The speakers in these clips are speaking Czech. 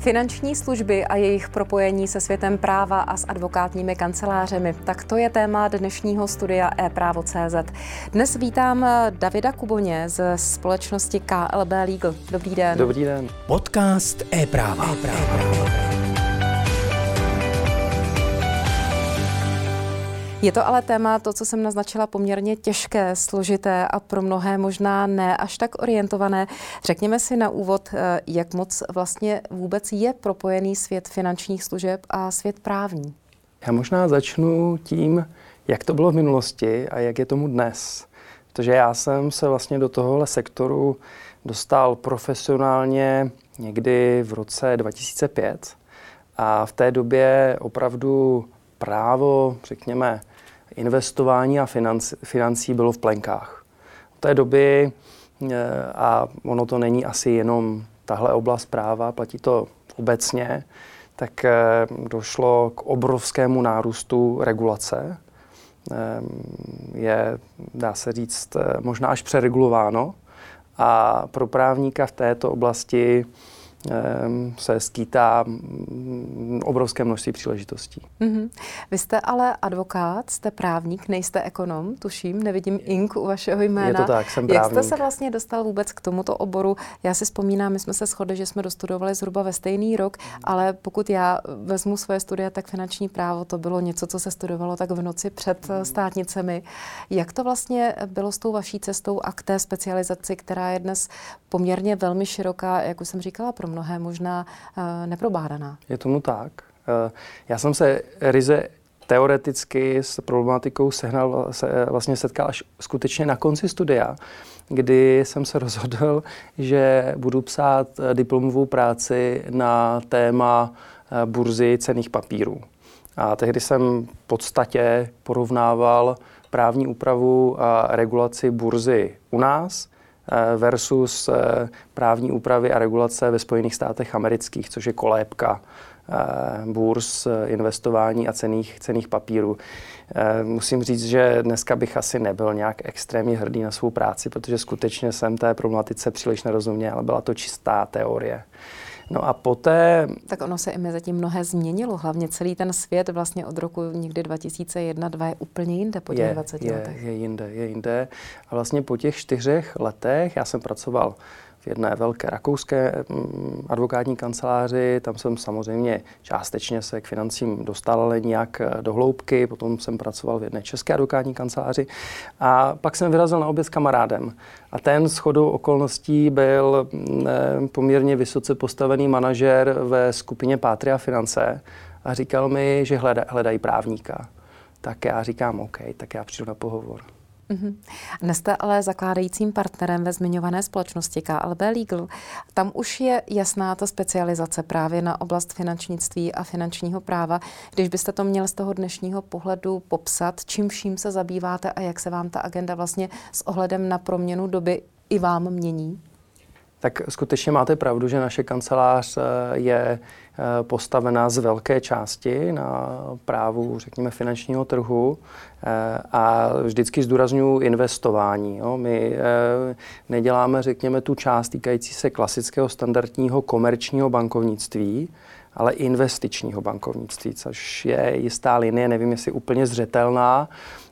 Finanční služby a jejich propojení se světem práva a s advokátními kancelářemi. Tak to je téma dnešního studia ePrávo.cz. Dnes vítám Davida Kuboně ze společnosti KLB Legal. Dobrý den. Dobrý den. Podcast ePráva. Je to ale téma, to, co jsem naznačila, poměrně těžké, složité a pro mnohé možná ne až tak orientované. Řekněme si na úvod, jak moc vlastně vůbec je propojený svět finančních služeb a svět právní. Já možná začnu tím, jak to bylo v minulosti a jak je tomu dnes. Protože já jsem se vlastně do tohohle sektoru dostal profesionálně někdy v roce 2005 a v té době opravdu právo, řekněme, investování a financí bylo v plenkách. V té doby, a ono to není asi jenom tahle oblast práva, platí to obecně, tak došlo k obrovskému nárůstu regulace. Je, dá se říct, možná až přeregulováno a pro právníka v této oblasti se skýtá obrovské množství příležitostí. Mm-hmm. Vy jste ale advokát, jste právník, nejste ekonom, tuším, nevidím ink u vašeho jména. Je to tak, jsem právník. Jak jste se vlastně dostal vůbec k tomuto oboru? Já si vzpomínám, my jsme se shodli, že jsme dostudovali zhruba ve stejný rok, ale pokud já vezmu svoje studia, tak finanční právo to bylo něco, co se studovalo tak v noci před státnicemi. Jak to vlastně bylo s tou vaší cestou a k té specializaci, která je dnes poměrně velmi široká, jak už jsem říkala, pro mnohé možná neprobádaná? Je tomu tak. Já jsem se ryze teoreticky s problematikou vlastně setkal až skutečně na konci studia, kdy jsem se rozhodl, že budu psát diplomovou práci na téma burzy cenných papírů. A tehdy jsem v podstatě porovnával právní úpravu a regulaci burzy u nás versus právní úpravy a regulace ve Spojených státech amerických, což je kolébka burz, investování a cenných papírů. Musím říct, že dneska bych asi nebyl nějak extrémně hrdý na svou práci, protože skutečně jsem té problematice příliš nerozuměl, ale byla to čistá teorie. No a poté... Tak ono se i mezi tím mnohé změnilo, hlavně celý ten svět vlastně od roku někdy 2001-2002 je úplně jinde po těch 20 letech. Je jinde. A vlastně po těch 4 letech já jsem pracoval v jedné velké rakouské advokátní kanceláři, tam jsem samozřejmě částečně se k financím dostal, ale nějak do hloubky, potom jsem pracoval v jedné české advokátní kanceláři a pak jsem vyrazil na oběd s kamarádem. A ten shodou okolností byl poměrně vysoce postavený manažer ve skupině Patria Finance a říkal mi, že hledají právníka. Tak já říkám, OK, tak já přijdu na pohovor. Dnes jste ale zakládajícím partnerem ve zmiňované společnosti KLB Legal. Tam už je jasná ta specializace právě na oblast finančnictví a finančního práva. Když byste to měl z toho dnešního pohledu popsat, čím vším se zabýváte a jak se vám ta agenda vlastně s ohledem na proměnu doby i vám mění? Tak skutečně máte pravdu, že naše kancelář je postavená z velké části na právu, řekněme, finančního trhu a vždycky zdůrazňuji investování. Jo. My neděláme, řekněme, tu část týkající se klasického standardního komerčního bankovnictví, ale investičního bankovnictví, což je jistá linie, nevím, jestli úplně zřetelná.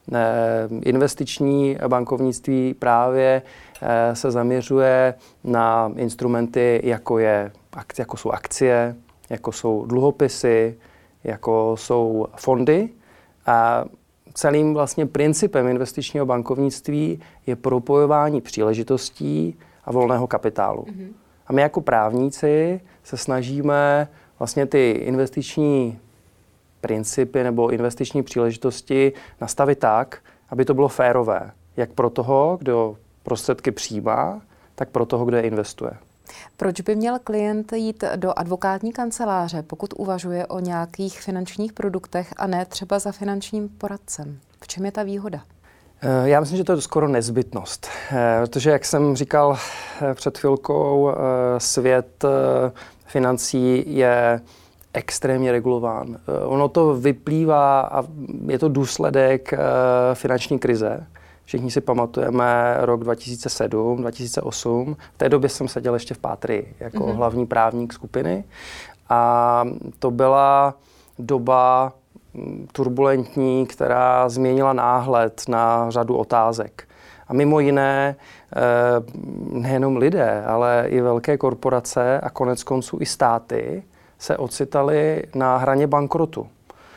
Investiční bankovnictví právě se zaměřuje na instrumenty, jako jsou akcie, jako jsou dluhopisy, jako jsou fondy. A celým vlastně principem investičního bankovnictví je propojování příležitostí a volného kapitálu. A my jako právníci se snažíme vlastně ty investiční principy nebo investiční příležitosti nastavit tak, aby to bylo férové. Jak pro toho, kdo prostředky přijímá, tak pro toho, kdo je investuje. Proč by měl klient jít do advokátní kanceláře, pokud uvažuje o nějakých finančních produktech a ne třeba za finančním poradcem? V čem je ta výhoda? Já myslím, že to je skoro nezbytnost, protože, jak jsem říkal před chvilkou, svět financí je extrémně regulován. Ono to vyplývá a je to důsledek finanční krize. Všichni si pamatujeme rok 2007, 2008. V té době jsem seděl ještě v Patrii jako hlavní právník skupiny. A to byla doba turbulentní, která změnila náhled na řadu otázek. A mimo jiné nejenom lidé, ale i velké korporace a koneckonců i státy se ocitaly na hraně bankrotu.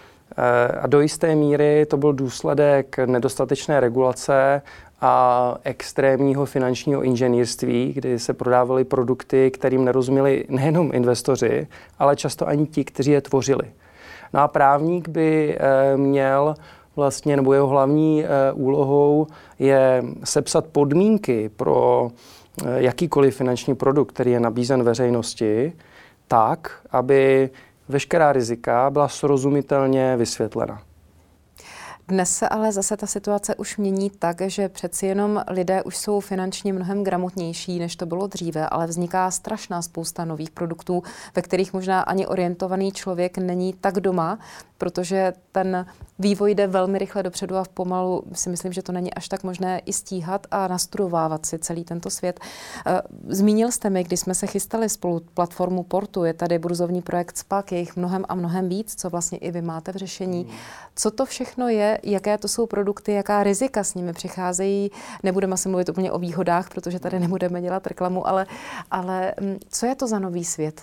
A do jisté míry to byl důsledek nedostatečné regulace a extrémního finančního inženýrství, kdy se prodávaly produkty, kterým nerozuměli nejenom investoři, ale často ani ti, kteří je tvořili. No a právník by měl vlastně, nebo jeho hlavní úlohou je sepsat podmínky pro jakýkoliv finanční produkt, který je nabízen veřejnosti, tak, aby veškerá rizika byla srozumitelně vysvětlena. Dnes se ale zase ta situace už mění tak, že přeci jenom lidé už jsou finančně mnohem gramotnější, než to bylo dříve, ale vzniká strašná spousta nových produktů, ve kterých možná ani orientovaný člověk není tak doma, protože ten vývoj jde velmi rychle dopředu a pomalu si myslím, že to není až tak možné i stíhat a nastudovávat si celý tento svět. Zmínil jste mi, když jsme se chystali spolu platformu Portu, je tady burzovní projekt SPAC, je jich mnohem a mnohem víc, co vlastně i vy máte v řešení. Co to všechno je, jaké to jsou produkty, jaká rizika s nimi přicházejí? Nebudeme asi mluvit úplně o výhodách, protože tady nebudeme dělat reklamu, ale co je to za nový svět?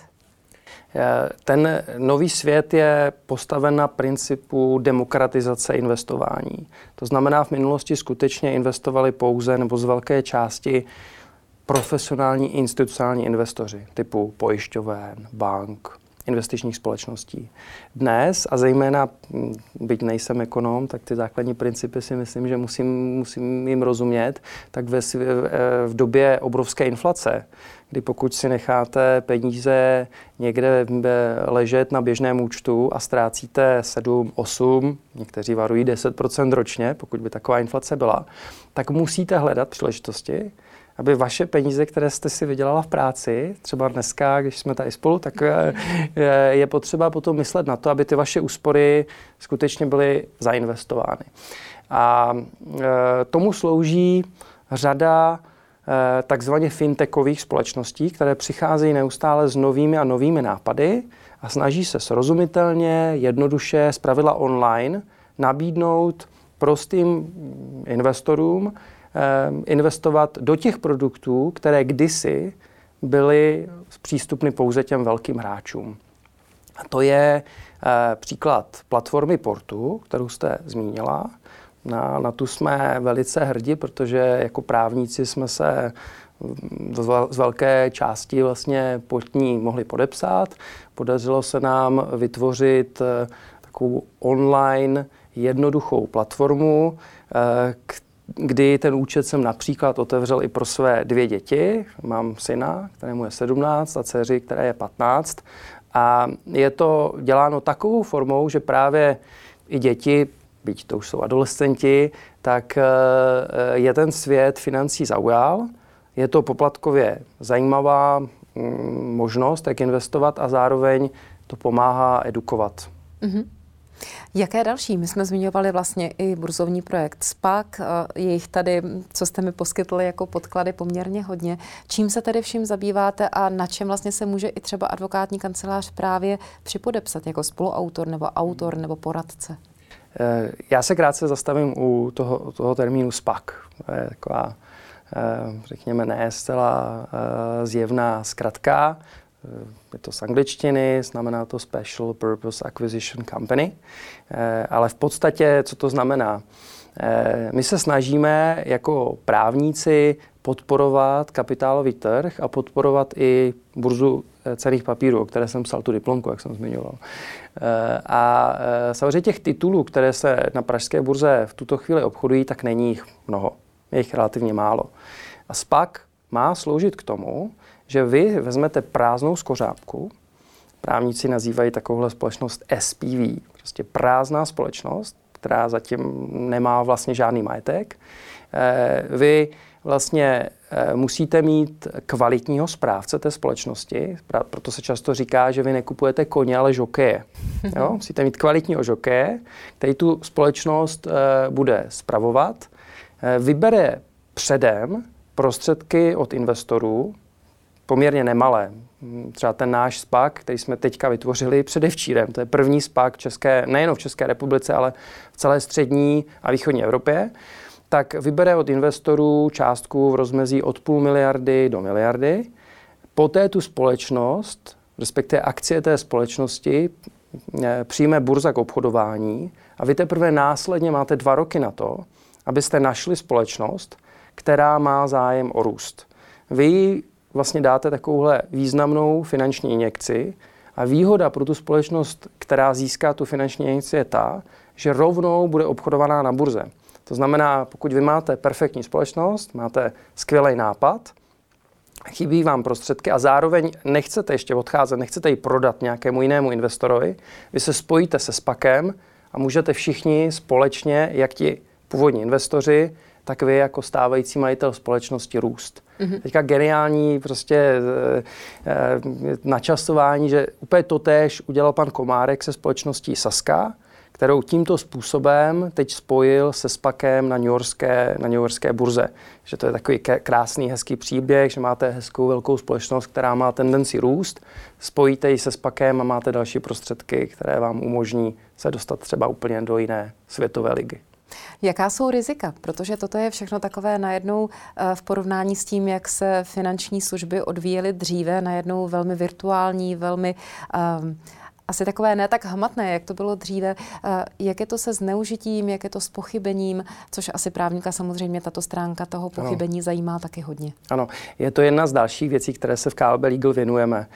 Ten nový svět je postaven na principu demokratizace investování. To znamená, v minulosti skutečně investovali pouze nebo z velké části profesionální institucionální investoři typu pojišťoven, bank, investičních společností. Dnes, a zejména, byť nejsem ekonom, tak ty základní principy si myslím, že musím jim rozumět, tak v době obrovské inflace, kdy pokud si necháte peníze někde ležet na běžném účtu a ztrácíte 7, 8, někteří varují 10% ročně, pokud by taková inflace byla, tak musíte hledat příležitosti, aby vaše peníze, které jste si vydělala v práci, třeba dneska, když jsme tady spolu, tak je potřeba potom myslet na to, aby ty vaše úspory skutečně byly zainvestovány. A tomu slouží řada takzvaně fintechových společností, které přicházejí neustále s novými a novými nápady a snaží se srozumitelně, jednoduše, zpravidla online, nabídnout prostým investorům investovat do těch produktů, které kdysi byly přístupny pouze těm velkým hráčům. A to je příklad platformy Portu, kterou jste zmínila. Na tu jsme velice hrdí, protože jako právníci jsme se z velké části vlastně pod ní mohli podepsat. Podařilo se nám vytvořit takovou online jednoduchou platformu, kdy ten účet jsem například otevřel i pro své 2 děti. Mám syna, kterému je 17 a dceři, které je 15. A je to děláno takovou formou, že právě i děti, byť to už jsou adolescenti, tak je ten svět financí zaujal. Je to poplatkově zajímavá možnost, jak investovat a zároveň to pomáhá edukovat. Mm-hmm. Jaké další? My jsme zmiňovali vlastně i burzovní projekt SPAC, je jich tady, co jste mi poskytli jako podklady, poměrně hodně. Čím se tedy vším zabýváte a na čem vlastně se může i třeba advokátní kancelář právě připodepsat jako spoluautor nebo autor nebo poradce? Já se krátce zastavím u toho termínu SPAC. To je taková, řekněme, ne zcela zjevná zkratka. Je to z angličtiny, znamená to Special Purpose Acquisition Company, ale v podstatě, co to znamená? My se snažíme jako právníci podporovat kapitálový trh a podporovat i burzu cenných papírů, o které jsem psal tu diplomku, jak jsem zmiňoval. A samozřejmě těch titulů, které se na pražské burze v tuto chvíli obchodují, tak není jich mnoho. Je jich relativně málo. A SPAC má sloužit k tomu, že vy vezmete prázdnou skořápku, právníci nazývají takovouhle společnost SPV, prostě prázdná společnost, která zatím nemá vlastně žádný majetek. Vy vlastně musíte mít kvalitního správce té společnosti, proto se často říká, že vy nekupujete koně, ale žokeje. Jo? Musíte mít kvalitního žokeje, který tu společnost bude spravovat, vybere předem prostředky od investorů, poměrně nemalé, třeba ten náš SPAC, který jsme teďka vytvořili předevčírem, to je první SPAC nejen v České republice, ale v celé střední a východní Evropě, tak vybere od investorů částku v rozmezí od 0,5 miliardy do miliardy. Poté tu společnost, respektive akcie té společnosti, přijme burza k obchodování a vy teprve následně máte 2 roky na to, abyste našli společnost, která má zájem o růst. Vy jí vlastně dáte takovouhle významnou finanční injekci a výhoda pro tu společnost, která získá tu finanční injekci, je ta, že rovnou bude obchodovaná na burze. To znamená, pokud vy máte perfektní společnost, máte skvělý nápad, chybí vám prostředky a zároveň nechcete ještě odcházet, nechcete ji prodat nějakému jinému investorovi, vy se spojíte se SPACem a můžete všichni společně, jak ti původní investoři, tak vy jako stávající majitel společnosti růst. Teďka geniální prostě načasování, že úplně totéž udělal pan Komárek se společností Sazka, kterou tímto způsobem teď spojil se SPACem na newyorské burze. Že to je takový krásný, hezký příběh, že máte hezkou velkou společnost, která má tendenci růst, spojíte ji se SPACem a máte další prostředky, které vám umožní se dostat třeba úplně do jiné světové ligy. Jaká jsou rizika? Protože toto je všechno takové najednou v porovnání s tím, jak se finanční služby odvíjely dříve, najednou velmi virtuální, velmi asi takové ne tak hmatné, jak to bylo dříve. Jak je to se zneužitím, jak je to s pochybením, což asi právníka samozřejmě tato stránka toho pochybení zajímá taky hodně. Ano, je to jedna z dalších věcí, které se v KLB Legal věnujeme.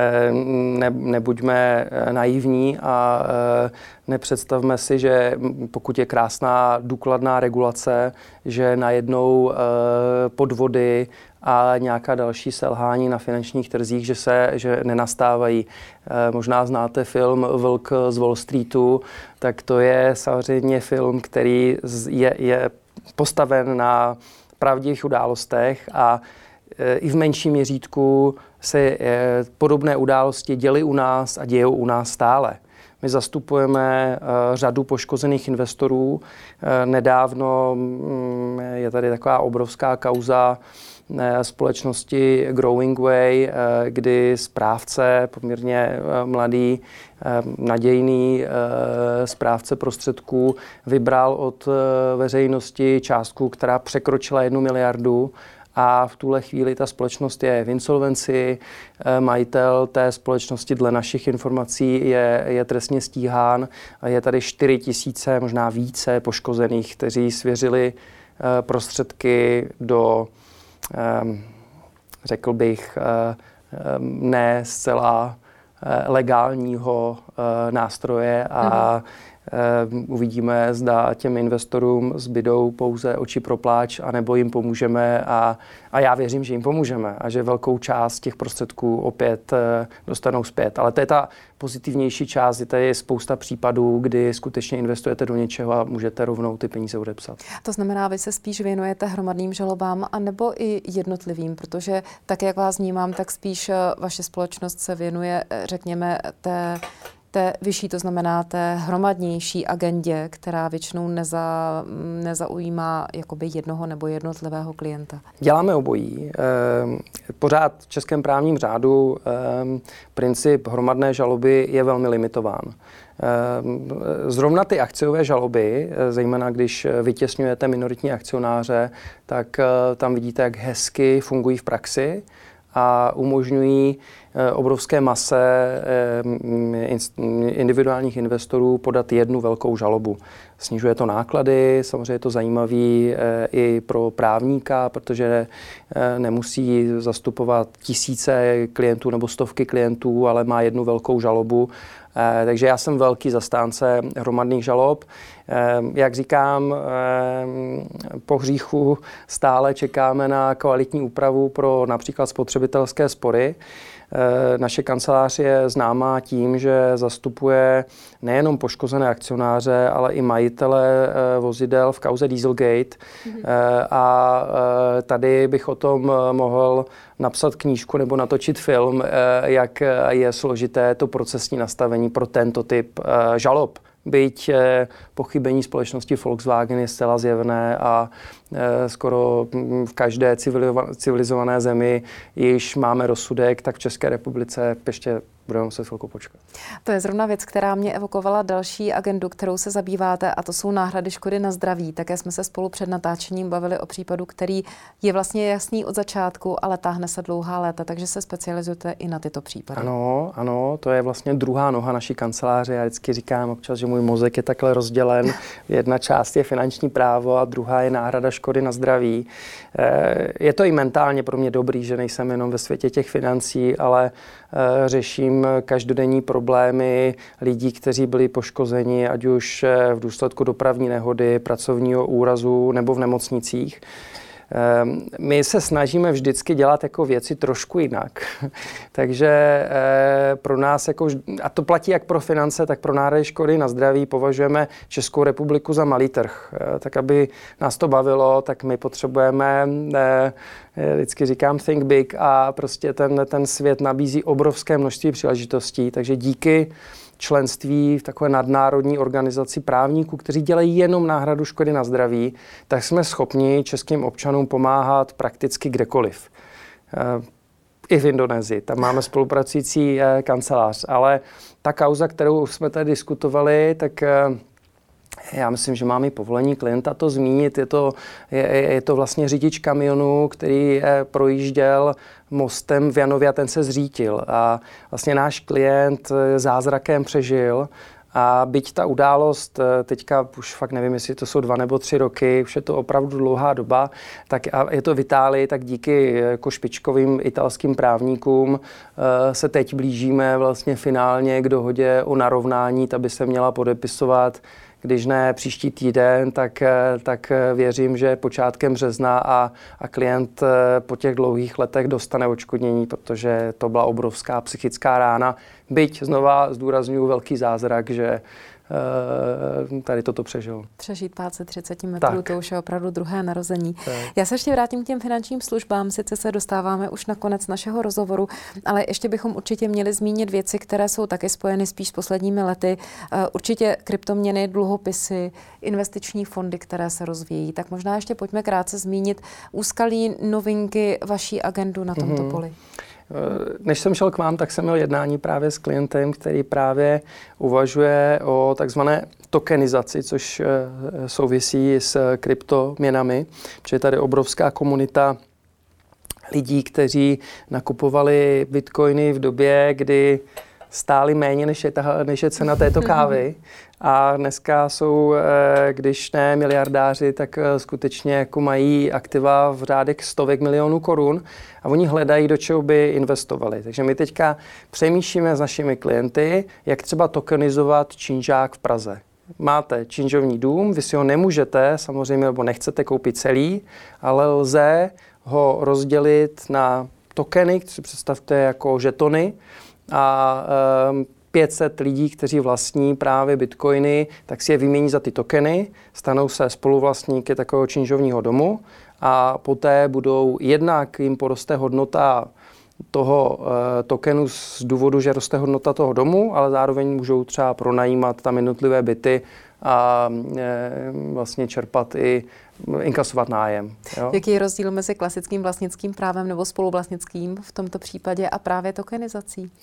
Nebuďme naivní a nepředstavme si, že pokud je krásná důkladná regulace, že najednou podvody a nějaká další selhání na finančních trzích, že nenastávají. Možná znáte film Vlk z Wall Streetu, tak to je samozřejmě film, který je postaven na pravdivých událostech a i v menším měřítku se podobné události děly u nás a dějou u nás stále. My zastupujeme řadu poškozených investorů. Nedávno je tady taková obrovská kauza společnosti Growing Way, kdy správce, poměrně mladý, nadějný správce prostředků vybral od veřejnosti částku, která překročila 1 miliardu. A v tuhle chvíli ta společnost je v insolvenci. Majitel té společnosti dle našich informací je trestně stíhán. Je tady 4 000, možná více poškozených, kteří svěřili prostředky do, řekl bych, ne zcela legálního nástroje a uvidíme, zda těm investorům zbydou pouze oči pro pláč, anebo jim pomůžeme a já věřím, že jim pomůžeme a že velkou část těch prostředků opět dostanou zpět. Ale to je ta pozitivnější část, je tady spousta případů, kdy skutečně investujete do něčeho a můžete rovnou ty peníze odepsat. To znamená, vy se spíš věnujete hromadným žalobám anebo i jednotlivým, protože tak, jak vás vnímám, tak spíš vaše společnost se věnuje, řekněme, té vyšší, to znamená té hromadnější agendě, která většinou nezaujímá jakoby jednoho nebo jednotlivého klienta. Děláme obojí. Pořád v českém právním řádu princip hromadné žaloby je velmi limitován. Zrovna ty akciové žaloby, zejména když vytěsňujete minoritní akcionáře, tak tam vidíte, jak hezky fungují v praxi a umožňují obrovské mase individuálních investorů podat jednu velkou žalobu. Snižuje to náklady, samozřejmě je to zajímavý i pro právníka, protože nemusí zastupovat tisíce klientů nebo stovky klientů, ale má jednu velkou žalobu. Takže já jsem velký zastánce hromadných žalob. Jak říkám, po hříchu stále čekáme na kvalitní úpravu pro například spotřebitelské spory. Naše kancelář je známá tím, že zastupuje nejenom poškozené akcionáře, ale i majitele vozidel v kauze Dieselgate. A tady bych o tom mohl napsat knížku nebo natočit film, jak je složité to procesní nastavení pro tento typ žalob. byť pochybení společnosti Volkswagen je zcela zjevné a skoro v každé civilizované zemi již máme rozsudek, tak v České republice ještě budeme muset chvilku počkat. To je zrovna věc, která mě evokovala další agendu, kterou se zabýváte, a to jsou náhrady škody na zdraví. Také jsme se spolu před natáčením bavili o případu, který je vlastně jasný od začátku, ale táhne se dlouhá léta, takže se specializujete i na tyto případy. Ano, to je vlastně druhá noha naší kanceláře. Já vždycky říkám občas, že můj mozek je takhle rozdělen. Jedna část je finanční právo a druhá je náhrada škody na zdraví. Je to i mentálně pro mě dobrý, že nejsem jenom ve světě těch financí, ale řeším každodenní problémy lidí, kteří byli poškozeni, ať už v důsledku dopravní nehody, pracovního úrazu nebo v nemocnicích. My se snažíme vždycky dělat jako věci trošku jinak. Takže pro nás, a to platí jak pro finance, tak pro náhrady škody na zdraví, považujeme Českou republiku za malý trh. Tak aby nás to bavilo, tak my potřebujeme, vždycky říkám think big, a prostě ten svět nabízí obrovské množství příležitostí. Takže díky členství v takové nadnárodní organizaci právníků, kteří dělají jenom náhradu škody na zdraví, tak jsme schopni českým občanům pomáhat prakticky kdekoliv. I v Indonésii, tam máme spolupracující kancelář, ale ta kauza, kterou jsme tady diskutovali, tak já myslím, že mám i povolení klienta to zmínit. Je to vlastně řidič kamionu, který projížděl mostem v Janově a ten se zřítil. A vlastně náš klient zázrakem přežil. A byť ta událost, teďka už fakt nevím, jestli to jsou 2 nebo 3 roky, už je to opravdu dlouhá doba, tak a je to v Itálii, tak díky jako špičkovým italským právníkům se teď blížíme vlastně finálně k dohodě o narovnání, ta by se měla podepisovat, když ne příští týden, tak věřím, že počátkem března a klient po těch dlouhých letech dostane odškodnění, protože to byla obrovská psychická rána. Byť znova zdůrazňuji velký zázrak, že tady toto přežil. Přežít pád ze 30 metrů, to už je opravdu druhé narození. Tak. Já se ještě vrátím k těm finančním službám, sice se dostáváme už na konec našeho rozhovoru, ale ještě bychom určitě měli zmínit věci, které jsou taky spojeny spíš s posledními lety. Určitě kryptoměny, dluhopisy, investiční fondy, které se rozvíjí. Tak možná ještě pojďme krátce zmínit úskalí, novinky, vaší agendu na tomto poli. Než jsem šel k vám, tak jsem měl jednání právě s klientem, který právě uvažuje o takzvané tokenizaci, což souvisí s kryptoměnami, protože je tady obrovská komunita lidí, kteří nakupovali bitcoiny v době, kdy stály méně, než je cena této kávy. A dneska jsou, když ne miliardáři, tak skutečně jako mají aktiva v řádech stovek milionů korun a oni hledají, do čeho by investovali. Takže my teďka přemýšlíme s našimi klienty, jak třeba tokenizovat činžák v Praze. Máte činžovní dům, vy si ho nemůžete samozřejmě, nebo nechcete koupit celý, ale lze ho rozdělit na tokeny, které si představte jako žetony, a 500 lidí, kteří vlastní právě bitcoiny, tak si je vymění za ty tokeny, stanou se spoluvlastníky takového činžovního domu a poté budou jednak jim poroste hodnota toho tokenu z důvodu, že roste hodnota toho domu, ale zároveň můžou třeba pronajímat tam jednotlivé byty a vlastně čerpat i inkasovat nájem. Jo? Jaký je rozdíl mezi klasickým vlastnickým právem nebo spoluvlastnickým v tomto případě a právě tokenizací?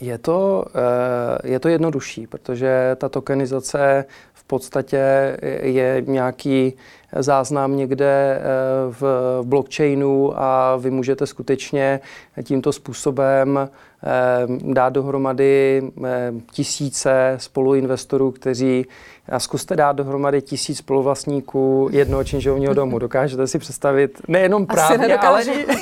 Je to jednodušší, protože ta tokenizace v podstatě je nějaký záznam někde v blockchainu a vy můžete skutečně tímto způsobem dát dohromady tisíce spoluinvestorů, kteří a zkuste dát dohromady 1000 spoluvlastníků jednoho činžovního domu. Dokážete si představit nejenom právně, ale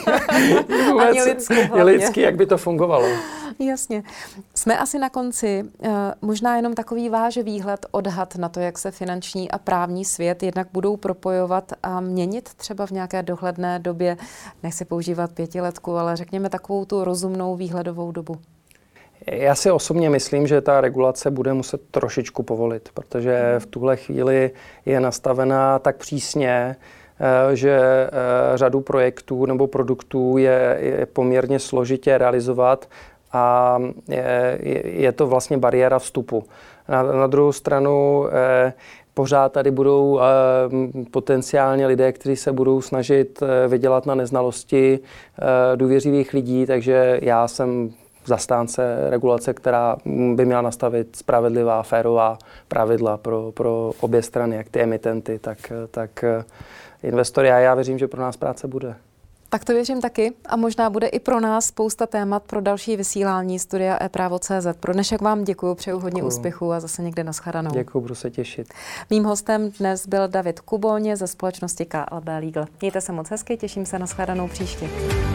i lidsky, jak by to fungovalo. Jasně. Jsme asi na konci. Možná jenom takový váš výhled, odhad na to, jak se finanční a právní svět jednak budou propojovat a měnit třeba v nějaké dohledné době. Nechci používat 5letku, ale řekněme takovou tu rozumnou výhledovou dobu. Já si osobně myslím, že ta regulace bude muset trošičku povolit, protože v tuhle chvíli je nastavená tak přísně, že řadu projektů nebo produktů je poměrně složitě realizovat a je to vlastně bariéra vstupu. Na druhou stranu pořád tady budou potenciálně lidé, kteří se budou snažit vydělat na neznalosti důvěřivých lidí, takže já jsem zastánce regulace, která by měla nastavit spravedlivá, férová pravidla pro obě strany, jak ty emitenty, tak investory. A já věřím, že pro nás práce bude. Tak to věřím taky a možná bude i pro nás spousta témat pro další vysílání Studia ePrávo.cz. Pro dnešek vám děkuji, přeju hodně úspěchů a zase někde nashledanou. Děkuji, budu se těšit. Mým hostem dnes byl David Kubóně ze společnosti KLB Legal. Mějte se moc hezky, těším se na shledanou příště.